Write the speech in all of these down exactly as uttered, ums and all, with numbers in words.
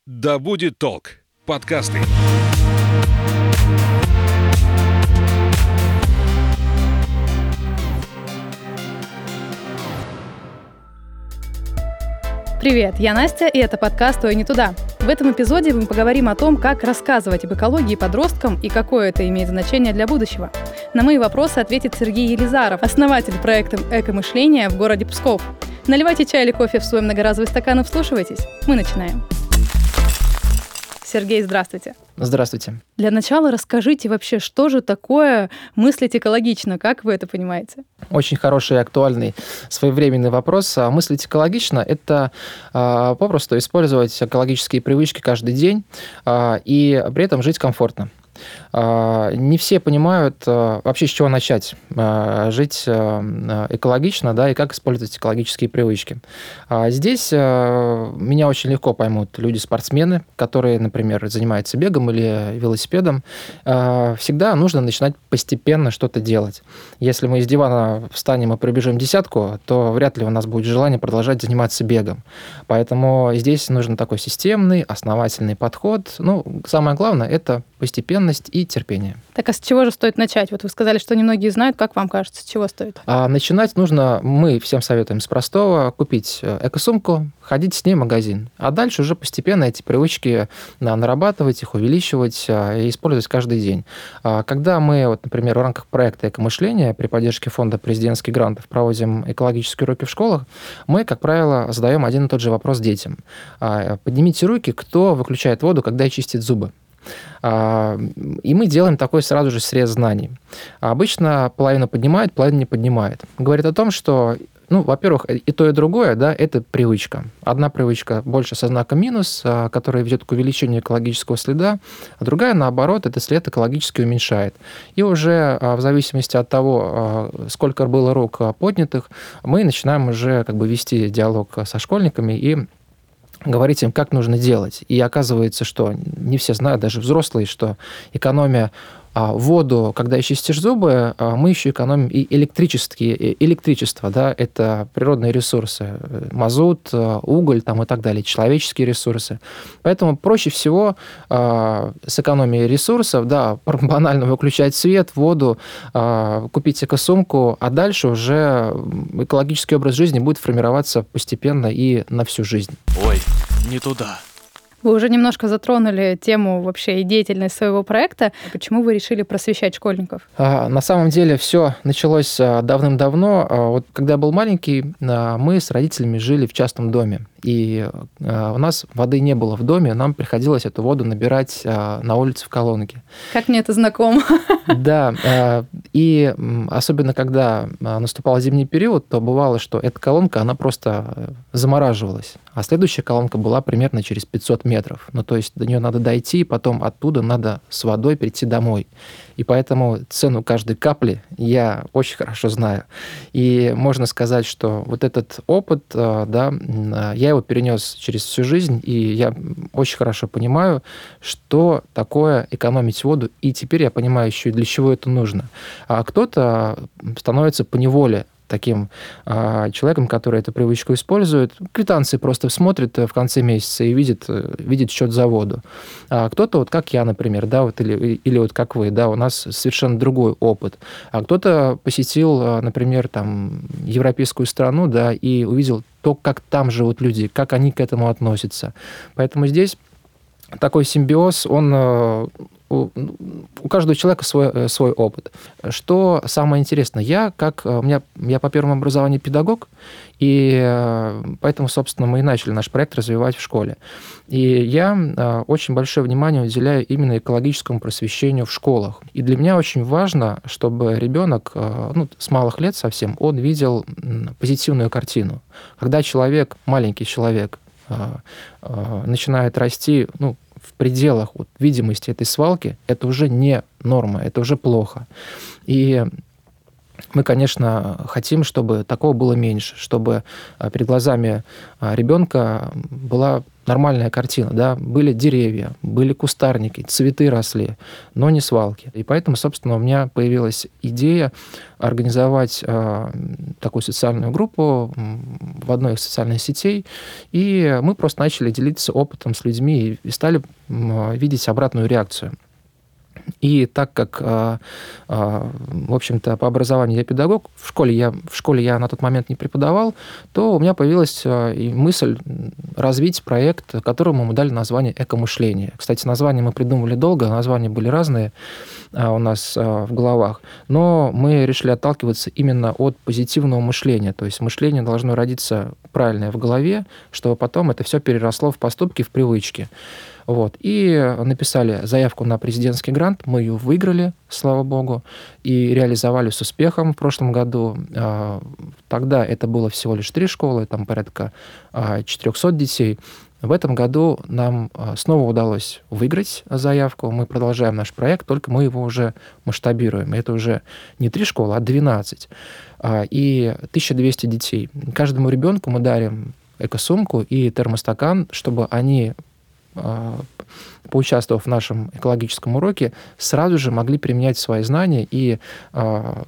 Да будет толк. Подкасты. Привет, я Настя, и это подкаст «Ой, не туда». В этом эпизоде мы поговорим о том, как рассказывать об экологии подросткам и какое это имеет значение для будущего. На мои вопросы ответит Сергей Елизаров, основатель проекта «Эко-мышление» в городе Псков. Наливайте чай или кофе в свой многоразовый стакан и вслушивайтесь. Мы начинаем. Сергей, здравствуйте. Здравствуйте. Для начала расскажите вообще, что же такое мыслить экологично, как вы это понимаете? Очень хороший и актуальный своевременный вопрос. Мыслить экологично – это а, попросту использовать экологические привычки каждый день а, и при этом жить комфортно. Не все понимают вообще, с чего начать жить экологично, да, и как использовать экологические привычки. Здесь меня очень легко поймут люди-спортсмены, которые, например, занимаются бегом или велосипедом. Всегда нужно начинать постепенно что-то делать. Если мы из дивана встанем и пробежим десятку, то вряд ли у нас будет желание продолжать заниматься бегом. Поэтому здесь нужен такой системный, основательный подход. Ну, самое главное – это постепенность и терпение. Так а с чего же стоит начать? Вот вы сказали, что немногие знают, как вам кажется, с чего стоит? А начинать нужно, мы всем советуем с простого, купить эко-сумку, ходить с ней в магазин. А дальше уже постепенно эти привычки нарабатывать, их увеличивать и использовать каждый день. Когда мы, вот, например, в рамках проекта «Эко-мышление» при поддержке фонда президентских грантов проводим экологические уроки в школах, мы, как правило, задаем один и тот же вопрос детям. Поднимите руки, кто выключает воду, когда чистит зубы. И мы делаем такой сразу же срез знаний. Обычно половину поднимает, половину не поднимает. Говорит о том, что, ну, во-первых, и то, и другое, да, это привычка. Одна привычка больше со знаком минус, которая ведет к увеличению экологического следа, а другая, наоборот, этот след экологически уменьшает. И уже в зависимости от того, сколько было рук поднятых, мы начинаем уже как бы вести диалог со школьниками и говорить им, как нужно делать. И оказывается, что не все знают, даже взрослые, что экономия воду, когда чистишь зубы, мы еще экономим и электрические, электричество, да, это природные ресурсы, мазут, уголь там, и так далее, человеческие ресурсы. Поэтому проще всего э, с экономией ресурсов, да, банально выключать свет, воду, э, купить эко-сумку, а дальше уже экологический образ жизни будет формироваться постепенно и на всю жизнь. Ой, не туда. Вы уже немножко затронули тему вообще и деятельность своего проекта. Почему вы решили просвещать школьников? На самом деле все началось давным-давно. Вот когда я был маленький, мы с родителями жили в частном доме. И у нас воды не было в доме, нам приходилось эту воду набирать на улице в колонке. Как мне это знакомо. Да, и особенно когда наступал зимний период, то бывало, что эта колонка, она просто замораживалась, а следующая колонка была примерно через пятьсот метров. Ну, то есть до нее надо дойти, и потом оттуда надо с водой прийти домой. И поэтому цену каждой капли я очень хорошо знаю. И можно сказать, что вот этот опыт, да, я его перенес через всю жизнь, и я очень хорошо понимаю, что такое экономить воду, и теперь я понимаю еще и для чего это нужно. А кто-то становится поневоле таким а, человеком, который эту привычку использует, квитанции просто смотрит в конце месяца и видит, видит счет за воду. А кто-то, вот как я, например, да, вот, или, или вот как вы, да, у нас совершенно другой опыт. А кто-то посетил, например, там, европейскую страну, да, и увидел то, как там живут люди, как они к этому относятся. Поэтому здесь такой симбиоз, он... У, у каждого человека свой, свой опыт. Что самое интересное, я, как, у меня, я по первому образованию педагог, и поэтому, собственно, мы и начали наш проект развивать в школе. И я очень большое внимание уделяю именно экологическому просвещению в школах. И для меня очень важно, чтобы ребенок, ну, с малых лет совсем, он видел позитивную картину. Когда человек, маленький человек, начинает расти, ну, в пределах вот, видимости этой свалки, это уже не норма, это уже плохо. И Мы, конечно, хотим, чтобы такого было меньше, чтобы перед глазами ребенка была нормальная картина, да, были деревья, были кустарники, цветы росли, но не свалки. И поэтому, собственно, у меня появилась идея организовать э, такую социальную группу в одной из социальных сетей, и мы просто начали делиться опытом с людьми и стали э, видеть обратную реакцию. И так как, в общем-то, по образованию я педагог, в школе я, в школе я на тот момент не преподавал, то у меня появилась и мысль развить проект, которому мы дали название «Экомышление». Кстати, название мы придумывали долго, названия были разные у нас в головах, но мы решили отталкиваться именно от позитивного мышления. То есть мышление должно родиться правильное в голове, чтобы потом это все переросло в поступки, в привычки. Вот. И написали заявку на президентский грант, мы ее выиграли, слава богу, и реализовали с успехом в прошлом году. Тогда это было всего лишь три школы, там порядка четыреста детей. В этом году нам снова удалось выиграть заявку, мы продолжаем наш проект, только мы его уже масштабируем. Это уже не три школы, а двенадцать. И тысяча двести детей. Каждому ребенку мы дарим экосумку и термостакан, чтобы они, поучаствовав в нашем экологическом уроке, сразу же могли применять свои знания и э,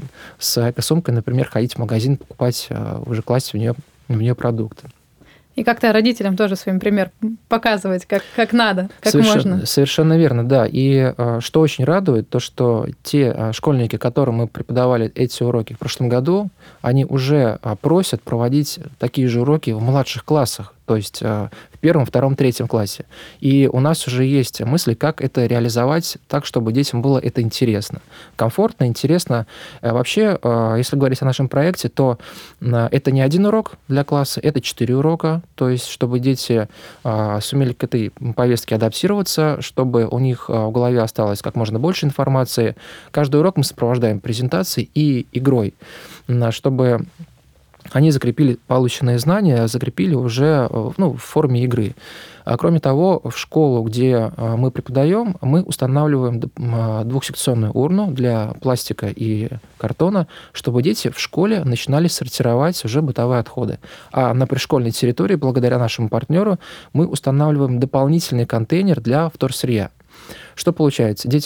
с экосумкой, например, ходить в магазин, покупать, э, уже класть в нее, в нее продукты. И как-то родителям тоже своим пример показывать, как, как надо, как совершенно, можно. Совершенно верно, да. И э, что очень радует, то, что те э, школьники, которым мы преподавали эти уроки в прошлом году, они уже э, просят проводить такие же уроки в младших классах, то есть э, в первом, втором, третьем классе. И у нас уже есть мысли, как это реализовать так, чтобы детям было это интересно. Комфортно, интересно. Вообще, если говорить о нашем проекте, то это не один урок для класса, это четыре урока. То есть, чтобы дети сумели к этой повестке адаптироваться, чтобы у них в голове осталось как можно больше информации. Каждый урок мы сопровождаем презентацией и игрой, чтобы они закрепили полученные знания, закрепили уже, ну, в форме игры. А кроме того, в школу, где мы преподаем, мы устанавливаем двухсекционную урну для пластика и картона, чтобы дети в школе начинали сортировать уже бытовые отходы. А на пришкольной территории, благодаря нашему партнеру, мы устанавливаем дополнительный контейнер для вторсырья. Что получается? Дети,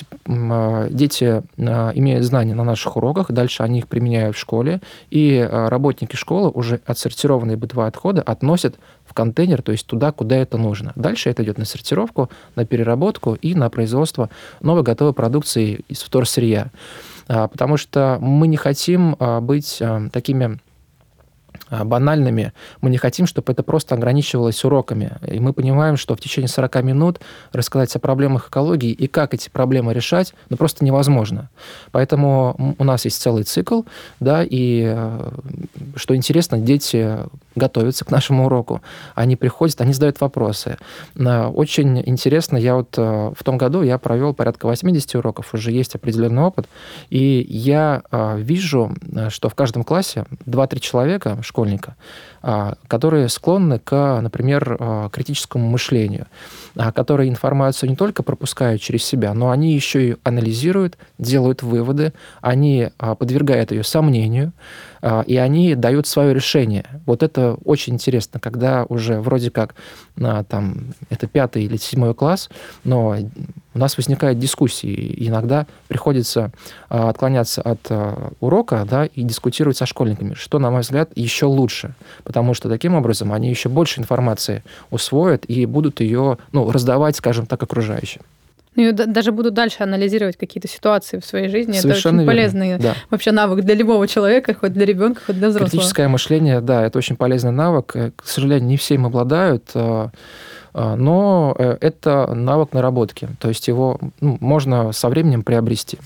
дети имеют знания на наших уроках, дальше они их применяют в школе, и работники школы уже отсортированные бытовые отходы относят в контейнер, то есть туда, куда это нужно. Дальше это идет на сортировку, на переработку и на производство новой готовой продукции из вторсырья. Потому что мы не хотим быть такими банальными. Мы не хотим, чтобы это просто ограничивалось уроками. И мы понимаем, что в течение сорок минут рассказать о проблемах экологии и как эти проблемы решать, ну, просто невозможно. Поэтому у нас есть целый цикл, да, и, что интересно, дети готовятся к нашему уроку, они приходят, они задают вопросы. Очень интересно, я вот в том году я провел порядка восемьдесят уроков, уже есть определенный опыт, и я вижу, что в каждом классе два-три человека, школьника, которые склонны к, например, критическому мышлению, которые информацию не только пропускают через себя, но они еще и анализируют, делают выводы, они подвергают ее сомнению, и они дают свое решение. Вот это очень интересно, когда уже вроде как там, это пятый или седьмой класс, но у нас возникают дискуссии, и иногда приходится отклоняться от урока, да, и дискутировать со школьниками, что, на мой взгляд, еще лучше, потому что таким образом они еще больше информации усвоят и будут ее, ну, раздавать, скажем так, окружающим. Ну, и даже буду дальше анализировать какие-то ситуации в своей жизни. Совершенно это очень верно. полезный Да. вообще навык для любого человека, хоть для ребенка, хоть для взрослого. Критическое мышление, да, это очень полезный навык. К сожалению, не все им обладают, но это навык наработки. То есть его, ну, можно со временем приобрести.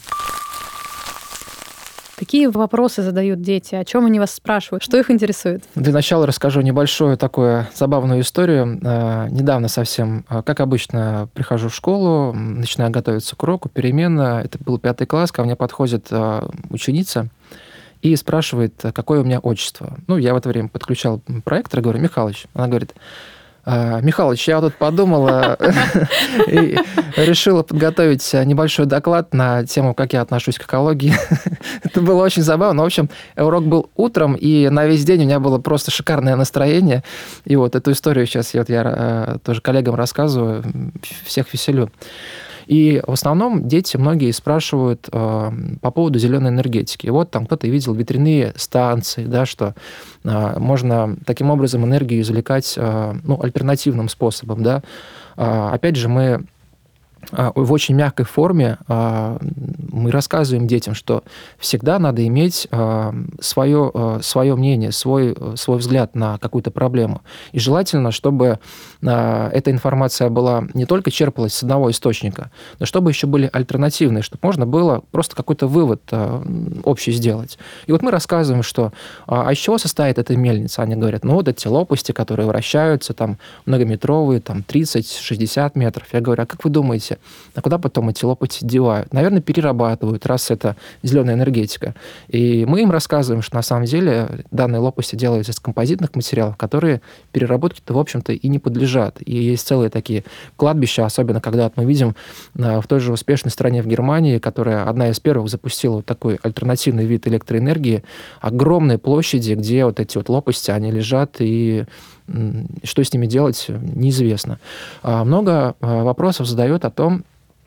Какие вопросы задают дети? О чем они вас спрашивают? Что их интересует? Для начала расскажу небольшую такую забавную историю. Недавно совсем, как обычно, прихожу в школу, начинаю готовиться к уроку, перемена. Это был пятый класс, ко мне подходит ученица и спрашивает, какое у меня отчество. Ну, я в это время подключал проектор, говорю: Михалыч. Она говорит: Михалыч, я тут подумала и решила подготовить небольшой доклад на тему, как я отношусь к экологии. Это было очень забавно. В общем, урок был утром, и на весь день у меня было просто шикарное настроение. И вот эту историю сейчас я, вот я тоже коллегам рассказываю, всех веселю. И в основном дети многие спрашивают э, по поводу зеленой энергетики. И вот там кто-то видел ветряные станции, да, что э, можно таким образом энергию извлекать э, ну, альтернативным способом. Да. Э, опять же, мы э, в очень мягкой форме э, мы рассказываем детям, что всегда надо иметь э, свое, э, свое мнение, свой, свой взгляд на какую-то проблему. И желательно, чтобы э, эта информация была не только черпалась с одного источника, но чтобы еще были альтернативные, чтобы можно было просто какой-то вывод э, общий сделать. И вот мы рассказываем, что а из чего состоит эта мельница? Они говорят, ну вот эти лопасти, которые вращаются, там многометровые, там тридцать-шестьдесят метров. Я говорю, а как вы думаете, а куда потом эти лопасти девают? Наверное, перерабатывают, раз это зеленая энергетика. И мы им рассказываем, что на самом деле данные лопасти делаются из композитных материалов, которые переработке-то, в общем-то, и не подлежат. И есть целые такие кладбища, особенно когда мы видим в той же успешной стране в Германии, которая одна из первых запустила вот такой альтернативный вид электроэнергии, огромные площади, где вот эти вот лопасти, они лежат, и что с ними делать, неизвестно. Много вопросов задают о том,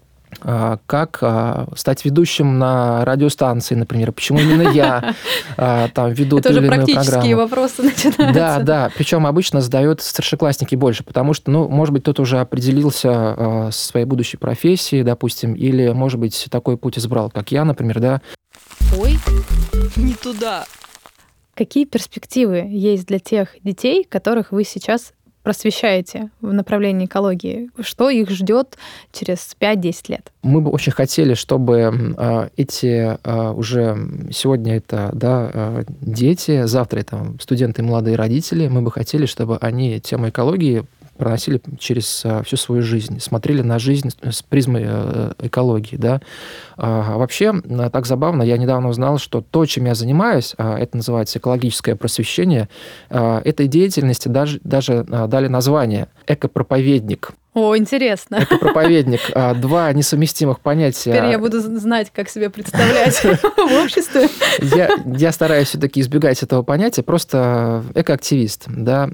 как стать ведущим на радиостанции, например, почему именно я там веду ту или иную программу. Это уже практические вопросы начинаются. Да, да, причем обычно задают старшеклассники больше, потому что, ну, может быть, кто-то уже определился со своей будущей профессией, допустим, или, может быть, такой путь избрал, как я, например, да. Ой, не туда. Какие перспективы есть для тех детей, которых вы сейчас просвещаете в направлении экологии? Что их ждет через пять-десять лет? Мы бы очень хотели, чтобы э, эти э, уже сегодня это да, э, дети, завтра это студенты и молодые родители, мы бы хотели, чтобы они тему экологии проносили через всю свою жизнь, смотрели на жизнь с призмой экологии. Да. А вообще, так забавно, я недавно узнал, что то, чем я занимаюсь, это называется экологическое просвещение, этой деятельности даже, даже дали название «экопроповедник». О, интересно. Экопроповедник. Два несовместимых понятия. Теперь я буду знать, как себе представлять в обществе. Я, я стараюсь все-таки избегать этого понятия. Просто экоактивист. Да,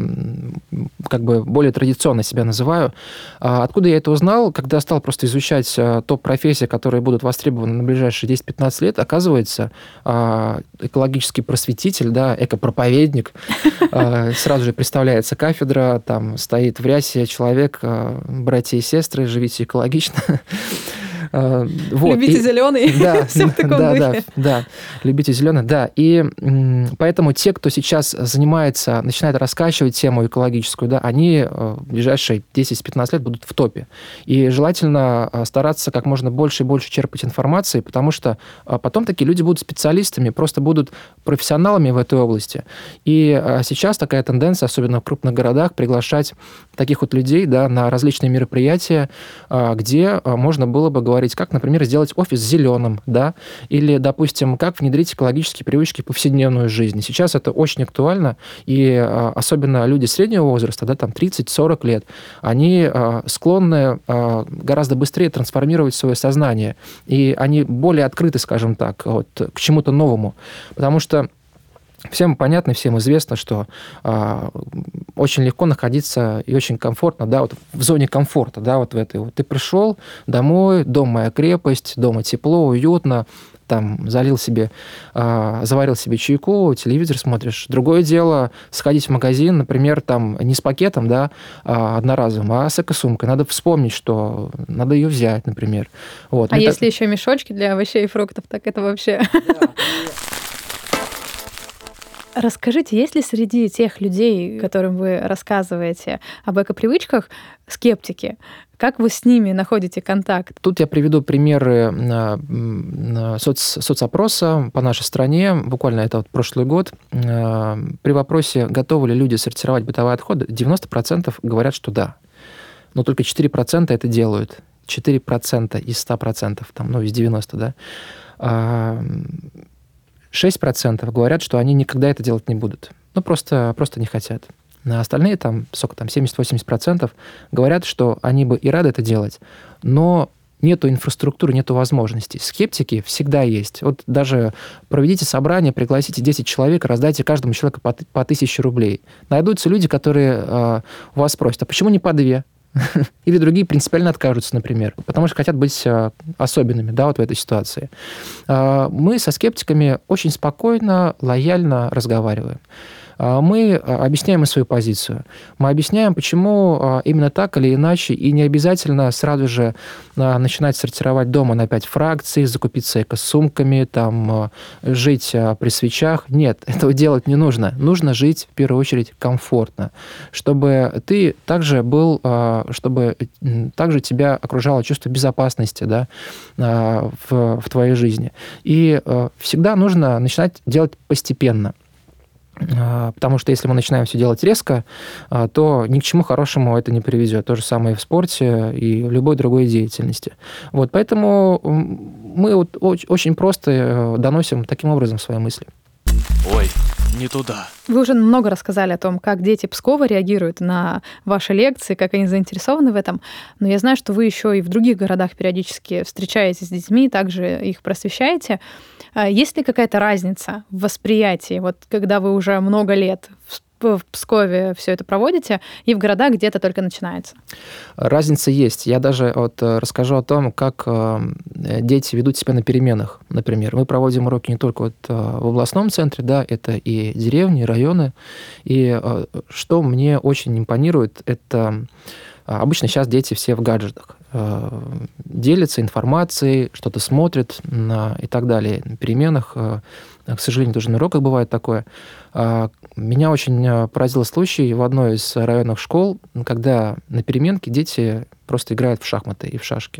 как бы более традиционно себя называю. Откуда я это узнал? Когда стал просто изучать топ-профессии, которые будут востребованы на ближайшие десять-пятнадцать лет, оказывается, экологический просветитель, да, экопроповедник, сразу же представляется кафедра, там стоит в рясе человек, братья и сестры, живите экологично. Вот. Любите и, зеленый. Да, Все в таком да, духе. Да, да, любите зеленый, да. И поэтому те, кто сейчас занимается, начинает раскачивать тему экологическую, да, они в ближайшие десять-пятнадцать лет будут в топе. И желательно стараться как можно больше и больше черпать информации, потому что потом такие люди будут специалистами, просто будут профессионалами в этой области. И сейчас такая тенденция, особенно в крупных городах, приглашать таких вот людей, да, на различные мероприятия, где можно было бы говорить, как, например, сделать офис зеленым, да, или, допустим, как внедрить экологические привычки в повседневную жизнь. Сейчас это очень актуально, и особенно люди среднего возраста, да, там тридцать-сорок лет, они склонны гораздо быстрее трансформировать свое сознание, и они более открыты, скажем так, вот, к чему-то новому, потому что всем понятно, всем известно, что а, очень легко находиться и очень комфортно, да, вот в зоне комфорта, да, вот в этой. Вот ты пришел домой, дом моя крепость, дома тепло, уютно, там залил себе, а, заварил себе чайку, телевизор смотришь. Другое дело сходить в магазин, например, там не с пакетом, да, а, одноразовым, а с экосумкой. Надо вспомнить, что надо ее взять, например. Вот. А Мы если так... еще мешочки для овощей и фруктов, так это вообще... Да. Расскажите, есть ли среди тех людей, которым вы рассказываете об экопривычках, скептики? Как вы с ними находите контакт? Тут я приведу примеры соц, соцопроса по нашей стране. Буквально это вот прошлый год. При вопросе, готовы ли люди сортировать бытовые отходы, девяносто процентов говорят, что да. Но только четыре процента это делают. четыре процента из ста процентов, там, ну, из девяноста, да. шесть процентов говорят, что они никогда это делать не будут. Ну, просто, просто не хотят. А остальные, там, сколько там, семьдесят-восемьдесят процентов говорят, что они бы и рады это делать, но нету инфраструктуры, нету возможностей. Скептики всегда есть. Вот даже проведите собрание, пригласите десять человек, раздайте каждому человеку по, по тысяче рублей. Найдутся люди, которые э, у вас спросят, а почему не по две? Или другие принципиально откажутся, например, потому что хотят быть э, особенными, да, вот в этой ситуации. Э, мы со скептиками очень спокойно, лояльно разговариваем. Мы объясняем им свою позицию. Мы объясняем, почему именно так или иначе, и не обязательно сразу же начинать сортировать дома на пять фракций, закупиться эко-сумками, там, жить при свечах. Нет, этого делать не нужно. Нужно жить, в первую очередь, комфортно, чтобы ты также был, чтобы также тебя окружало чувство безопасности, да, в, в твоей жизни. И всегда нужно начинать делать постепенно. Потому что если мы начинаем все делать резко, то ни к чему хорошему это не приведет. То же самое и в спорте, и в любой другой деятельности. Вот, поэтому мы вот очень просто доносим таким образом свои мысли. Ой, не туда. Вы уже много рассказали о том, как дети Пскова реагируют на ваши лекции, как они заинтересованы в этом. Но я знаю, что вы еще и в других городах периодически встречаетесь с детьми, также их просвещаете. Есть ли какая-то разница в восприятии, вот когда вы уже много лет в Пскове все это проводите, и в городах где-то только начинается? Разница есть. Я даже вот расскажу о том, как дети ведут себя на переменах. Например, мы проводим уроки не только вот в областном центре, да, это и деревни, и районы. И что мне очень импонирует, это обычно сейчас дети все в гаджетах. Делятся информацией, что-то смотрят и так далее. На переменах, к сожалению, тоже на уроках бывает такое. Меня очень поразил случай в одной из районных школ, когда на переменке дети просто играют в шахматы и в шашки.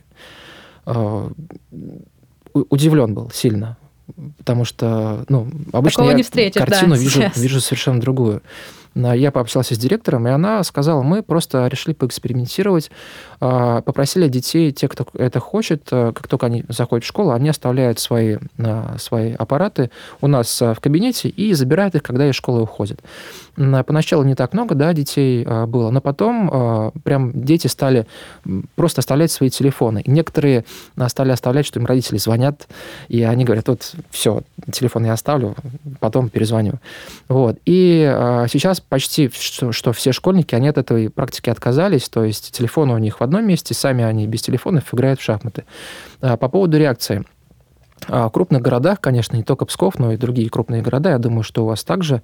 Удивлен был сильно, потому что, ну, обычно такого я не встретишь, картину да, вижу, вижу совершенно другую. Я пообщался с директором, и она сказала, мы просто решили поэкспериментировать, попросили детей, те, кто это хочет, как только они заходят в школу, они оставляют свои, свои аппараты у нас в кабинете и забирают их, когда из школы уходят. Поначалу не так много, да, детей было, но потом прям дети стали просто оставлять свои телефоны. И некоторые стали оставлять, что им родители звонят, и они говорят, вот, все, телефон я оставлю, потом перезвоню. Вот. И сейчас почти что, что все школьники, они от этой практики отказались, то есть телефоны у них в одном месте, сами они без телефонов играют в шахматы. По поводу реакции. В крупных городах, конечно, не только Псков, но и другие крупные города, я думаю, что у вас также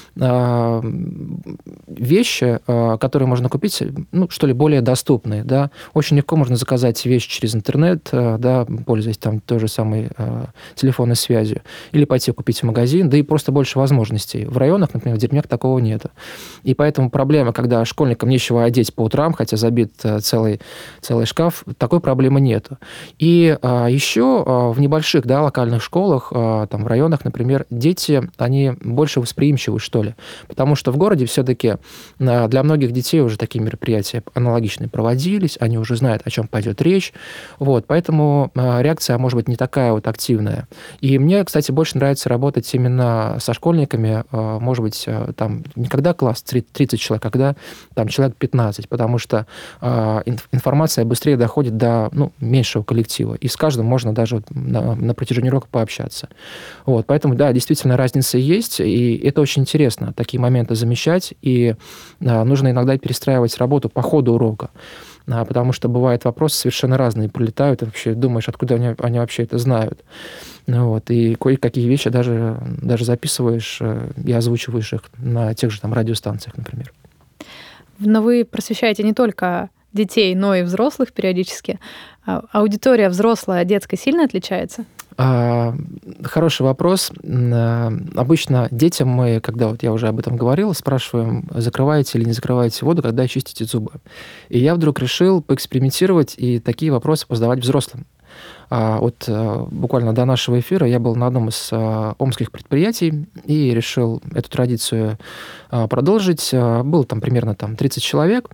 вещи, которые можно купить, ну, что ли, более доступные, да. Очень легко можно заказать вещи через интернет, да, пользуясь там той же самой телефонной связью, или пойти купить в магазин, да и просто больше возможностей. В районах, например, в деревнях такого нет. И поэтому проблема, когда школьникам нечего одеть по утрам, хотя забит целый, целый шкаф, такой проблемы нету. И еще в небольших, да, локальных школах, там, в районах, например, дети, они больше восприимчивы, что ли. Потому что в городе все-таки для многих детей уже такие мероприятия аналогичные проводились, они уже знают, о чем пойдет речь. Вот, поэтому реакция может быть не такая вот активная. И мне, кстати, больше нравится работать именно со школьниками, может быть, там не когда класс тридцать человек, а когда там человек пятнадцать, потому что информация быстрее доходит до, ну, меньшего коллектива. И с каждым можно даже вот на, на протяжении урока пообщаться. Вот, поэтому, да, действительно, разница есть, и это очень интересно, такие моменты замечать, и а, нужно иногда перестраивать работу по ходу урока, а, потому что бывают вопросы совершенно разные, прилетают, и вообще думаешь, откуда они, они вообще это знают. Вот, и кое-какие вещи даже, даже записываешь и озвучиваешь их на тех же там радиостанциях, например. Но вы просвещаете не только детей, но и взрослых периодически. Аудитория взрослая от детской сильно отличается? Хороший вопрос. Обычно детям мы, когда вот я уже об этом говорил, спрашиваем, закрываете или не закрываете воду, когда чистите зубы. И я вдруг решил поэкспериментировать и такие вопросы позадавать взрослым. Вот буквально до нашего эфира я был на одном из омских предприятий и решил эту традицию продолжить. Было там примерно там, тридцать человек.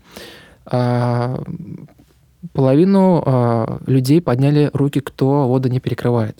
Половину людей подняли руки, кто воду не перекрывает.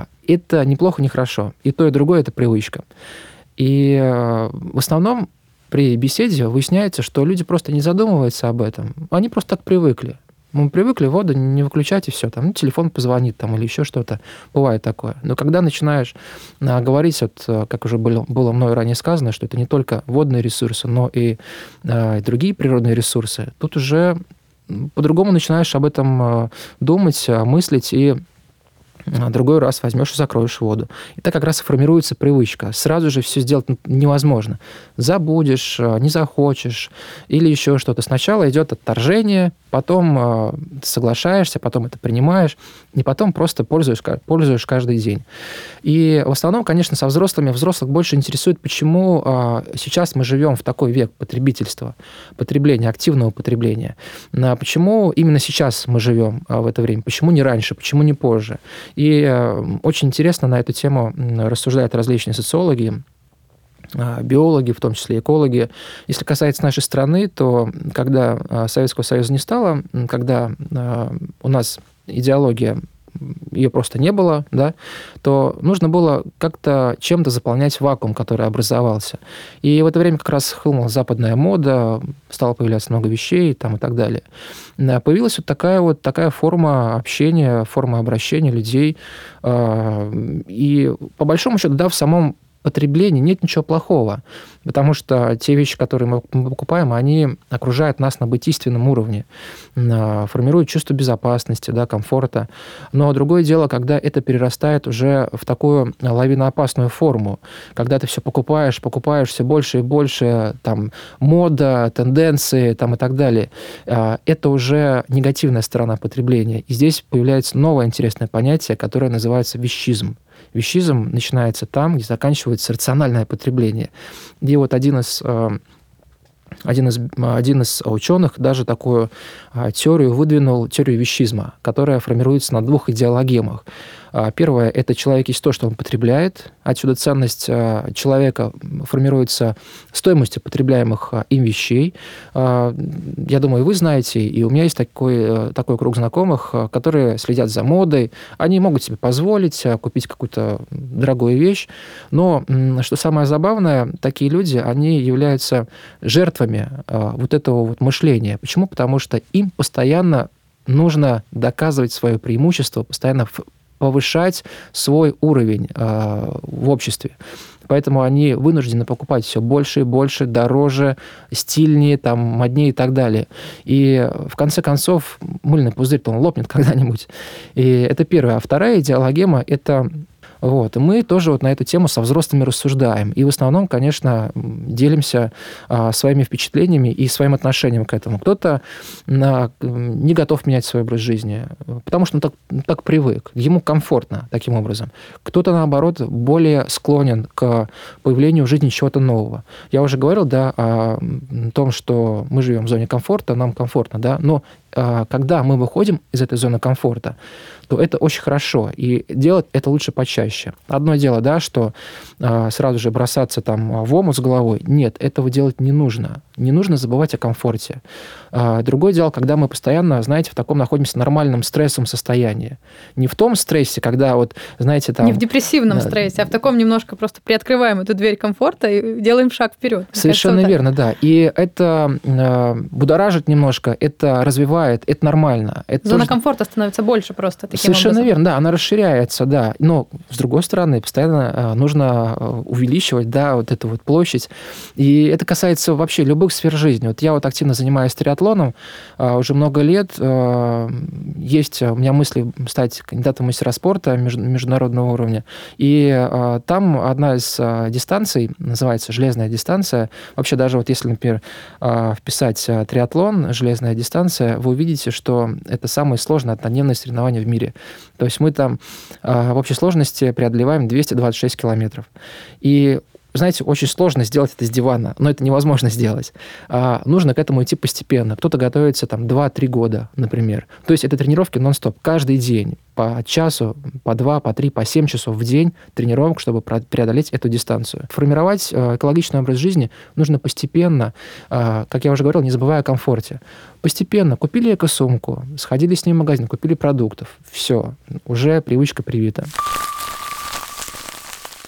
Это неплохо, не хорошо. И то, и другое – это привычка. И в основном при беседе выясняется, что люди просто не задумываются об этом. Они просто так привыкли. Мы привыкли воду не выключать, и все. Там, ну, телефон позвонит там, или еще что-то. Бывает такое. Но когда начинаешь а, говорить, вот, как уже было, было мной ранее сказано, что это не только водные ресурсы, но и, а, и другие природные ресурсы, тут уже по-другому начинаешь об этом а, думать, а, мыслить, и другой раз возьмешь и закроешь воду. И так как раз и формируется привычка. Сразу же все сделать невозможно. Забудешь, не захочешь или еще что-то. Сначала идет отторжение, потом ты соглашаешься, потом это принимаешь, и потом просто пользуешь, пользуешь каждый день. И в основном, конечно, со взрослыми взрослых больше интересует, почему сейчас мы живем в такой век потребительства, потребления, активного потребления. Почему именно сейчас мы живем в это время? Почему не раньше? Почему не позже? И очень интересно на эту тему рассуждают различные социологи, биологи, в том числе экологи. Если касается нашей страны, то когда Советского Союза не стало, когда у нас идеология, ее просто не было, да, то нужно было как-то чем-то заполнять вакуум, который образовался. И в это время как раз хлынула западная мода, стало появляться много вещей там, и так далее. Появилась вот такая вот такая форма общения, форма обращения людей. И по большому счету, да, в самом потреблении нет ничего плохого, потому что те вещи, которые мы покупаем, они окружают нас на бытийственном уровне, формируют чувство безопасности, да, комфорта. Но другое дело, когда это перерастает уже в такую лавиноопасную форму, когда ты все покупаешь, покупаешь все больше и больше, там, мода, тенденции там, и так далее. Это уже негативная сторона потребления. И здесь появляется новое интересное понятие, которое называется вещизм. Вещизм начинается там, где заканчивается рациональное потребление. И вот один из, один из, один из ученых даже такую теорию выдвинул, теорию вещизма, которая формируется на двух идеологемах. Первое – это человек есть то, что он потребляет. Отсюда ценность человека формируется стоимостью потребляемых им вещей. Я думаю, вы знаете, и у меня есть такой, такой круг знакомых, которые следят за модой. Они могут себе позволить купить какую-то дорогую вещь. Но, что самое забавное, такие люди, они являются жертвами вот этого вот мышления. Почему? Потому что им постоянно нужно доказывать свое преимущество, постоянно повышать свой уровень э, в обществе. Поэтому они вынуждены покупать все больше и больше, дороже, стильнее, там, моднее и так далее. И в конце концов мыльный пузырь-то он лопнет когда-нибудь. И это первое. А вторая идеологема – это... Вот. И мы тоже вот на эту тему со взрослыми рассуждаем. И в основном, конечно, делимся а, своими впечатлениями и своим отношением к этому. Кто-то а, не готов менять свой образ жизни, потому что он так, так привык. Ему комфортно таким образом. Кто-то, наоборот, более склонен к появлению в жизни чего-то нового. Я уже говорил, да, о том, что мы живем в зоне комфорта, нам комфортно, да, но а, когда мы выходим из этой зоны комфорта, то это очень хорошо. И делать это лучше почаще. Одно дело, да, что э, сразу же бросаться там в омут с головой. Нет, этого делать не нужно. Не нужно забывать о комфорте. А, другое дело, когда мы постоянно, знаете, в таком находимся нормальном стрессовом состоянии. Не в том стрессе, когда вот, знаете, там... Не в депрессивном да, стрессе, а в таком немножко просто приоткрываем эту дверь комфорта и делаем шаг вперед. Совершенно кажется, верно, да. И это э, будоражит немножко, это развивает, это нормально. Это Зона тоже... комфорта становится больше просто. Совершенно образом. верно, да, она расширяется, да. Но, с другой стороны, постоянно нужно увеличивать, да, вот эту вот площадь. И это касается вообще любых сфер жизни. Вот я вот активно занимаюсь триатлоном уже много лет. Есть у меня мысли стать кандидатом в мастера спорта международного уровня. И там одна из дистанций называется железная дистанция. Вообще даже вот если, например, вписать триатлон, железная дистанция, вы увидите, что это самое сложное однодневное соревнование в мире. То есть мы там в общей сложности преодолеваем двести двадцать шесть километров. И, знаете, очень сложно сделать это с дивана, но это невозможно сделать. А, нужно к этому идти постепенно. Кто-то готовится там два-три года, например. То есть это тренировки нон-стоп, каждый день. По часу, по два, по три, по семь часов в день тренировок, чтобы преодолеть эту дистанцию. Формировать экологичный образ жизни нужно постепенно, как я уже говорил, не забывая о комфорте. Постепенно купили эко-сумку, сходили с ней в магазин, купили продуктов. Все, уже привычка привита. В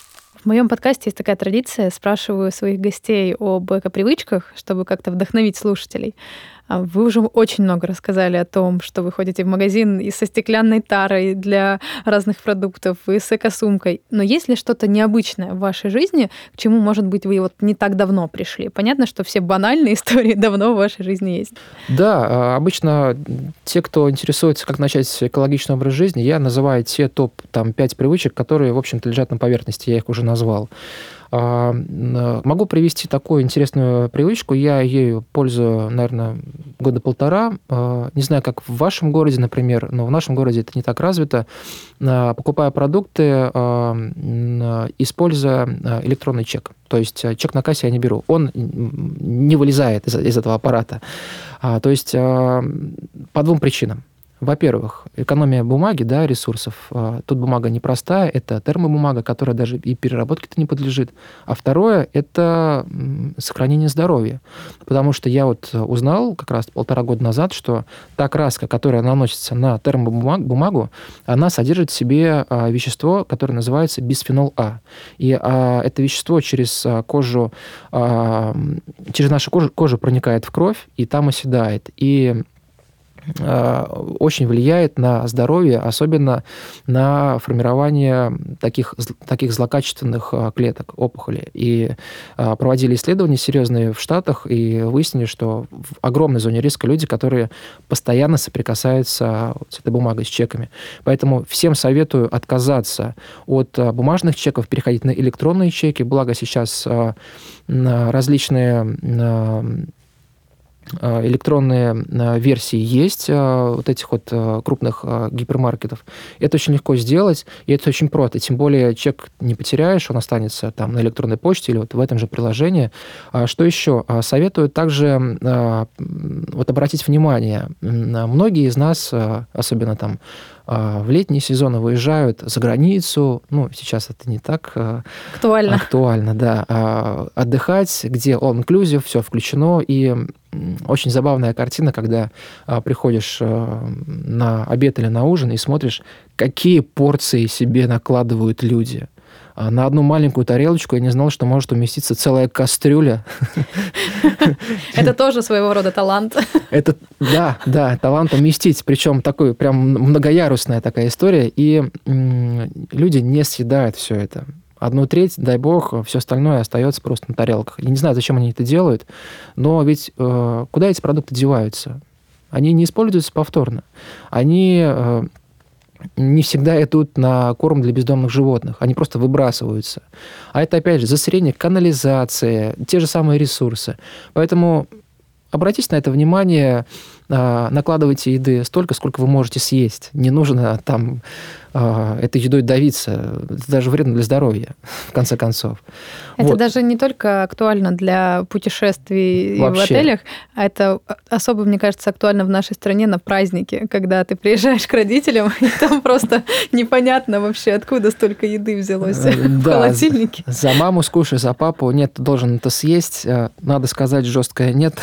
В моем подкасте есть такая традиция, спрашиваю своих гостей об эко-привычках, чтобы как-то вдохновить слушателей. Вы уже очень много рассказали о том, что вы ходите в магазин и со стеклянной тарой для разных продуктов, и с эко-сумкой. Но есть ли что-то необычное в вашей жизни, к чему, может быть, вы вот не так давно пришли? Понятно, что все банальные истории давно в вашей жизни есть. Да, обычно те, кто интересуется, как начать экологичный образ жизни, я называю те топ пять привычек, которые, в общем-то, лежат на поверхности, я их уже назвал. Могу привести такую интересную привычку. Я ею пользую, наверное, года полтора. Не знаю, как в вашем городе, например, но в нашем городе это не так развито. Покупая продукты, используя электронный чек. То есть чек на кассе я не беру. Он не вылезает из, из этого аппарата. То есть по двум причинам. Во-первых, экономия бумаги, да, ресурсов. Тут бумага непростая, это термобумага, которая даже и переработке-то не подлежит. А второе – это сохранение здоровья. Потому что я вот узнал как раз полтора года назад, что та краска, которая наносится на термобумагу, она содержит в себе вещество, которое называется бисфенол А. И это вещество через кожу, через нашу кожу, кожу проникает в кровь, и там оседает. И очень влияет на здоровье, особенно на формирование таких, таких злокачественных клеток, опухолей. И проводили исследования серьезные в Штатах и выяснили, что в огромной зоне риска люди, которые постоянно соприкасаются с этой бумагой, с чеками. Поэтому всем советую отказаться от бумажных чеков, переходить на электронные чеки. Благо сейчас различные электронные версии есть вот этих вот крупных гипермаркетов. Это очень легко сделать, и это очень просто. Тем более чек не потеряешь, он останется там на электронной почте или вот в этом же приложении. Что еще? Советую также вот обратить внимание. Многие из нас, особенно там в летние сезоны, выезжают за границу. Ну, сейчас это не так актуально. Актуально, да. Отдыхать, где all-inclusive, все включено. И очень забавная картина, когда приходишь на обед или на ужин и смотришь, какие порции себе накладывают люди. На одну маленькую тарелочку я не знал, что может уместиться целая кастрюля. Это тоже своего рода талант. Это, да, да, талант уместить. Причем такой прям многоярусная такая история. И люди не съедают все это. Одну треть, дай бог, все остальное остается просто на тарелках. Я не знаю, зачем они это делают, но ведь э, куда эти продукты деваются? Они не используются повторно. Они э, не всегда идут на корм для бездомных животных. Они просто выбрасываются. А это, опять же, засорение канализации, те же самые ресурсы. Поэтому обратите на это внимание, э, накладывайте еды столько, сколько вы можете съесть. Не нужно там этой едой давиться. Это даже вредно для здоровья, в конце концов. Это вот. Даже не только актуально для путешествий Вообще. В отелях, а это особо, мне кажется, актуально в нашей стране на праздники, когда ты приезжаешь к родителям, и там просто непонятно вообще, откуда столько еды взялось в холодильнике. За маму скушай, за папу нет, ты должен это съесть. Надо сказать жесткое нет.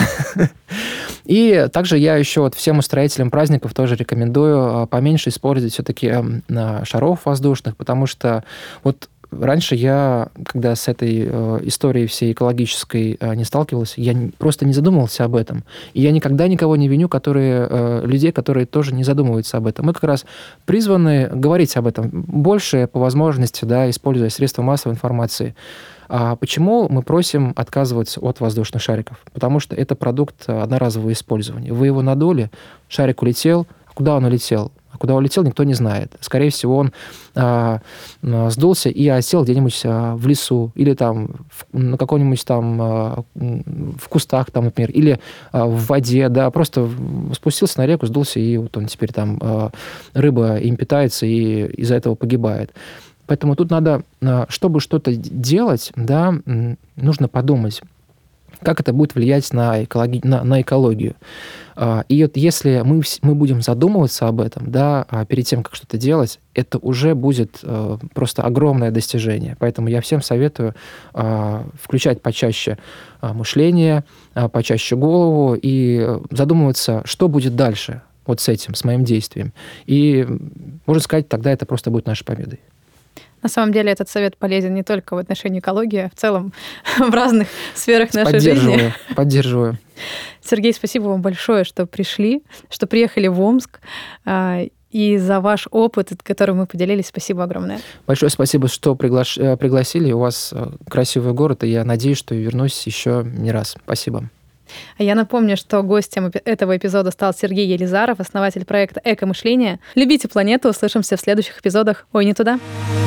И также я еще вот всем устроителям праздников тоже рекомендую поменьше использовать все-таки шаров воздушных, потому что вот раньше я, когда с этой э, историей всей экологической э, не сталкивался, я не, просто не задумывался об этом. И я никогда никого не виню, которые, э, людей, которые тоже не задумываются об этом. Мы как раз призваны говорить об этом больше по возможности, да, используя средства массовой информации. А почему мы просим отказываться от воздушных шариков? Потому что это продукт одноразового использования. Вы его надули, шарик улетел, а куда он улетел? А куда улетел, никто не знает. Скорее всего, он а, сдулся и осел где-нибудь а, в лесу, или там в, на каком-нибудь там а, в кустах, там, например, или а, в воде, да, просто спустился на реку, сдулся, и вот он теперь там а, рыба им питается и из-за этого погибает. Поэтому тут надо, чтобы что-то делать, да, нужно подумать, как это будет влиять на, экологи... на, на экологию. И вот если мы, мы будем задумываться об этом, да, перед тем, как что-то делать, это уже будет просто огромное достижение. Поэтому я всем советую включать почаще мышление, почаще голову и задумываться, что будет дальше вот с этим, с моим действием. И, можно сказать, тогда это просто будет нашей победой. На самом деле этот совет полезен не только в отношении экологии, а в целом в разных сферах нашей Поддерживаю, жизни. поддерживаю. Сергей, спасибо вам большое, что пришли, что приехали в Омск, и за ваш опыт, которым мы поделились. Спасибо огромное. Большое спасибо, что приглаш... пригласили. У вас красивый город, и я надеюсь, что вернусь еще не раз. Спасибо. А я напомню, что гостем этого эпизода стал Сергей Елизаров, основатель проекта «Эко-мышление». Любите планету. Услышимся в следующих эпизодах «Ой, не туда».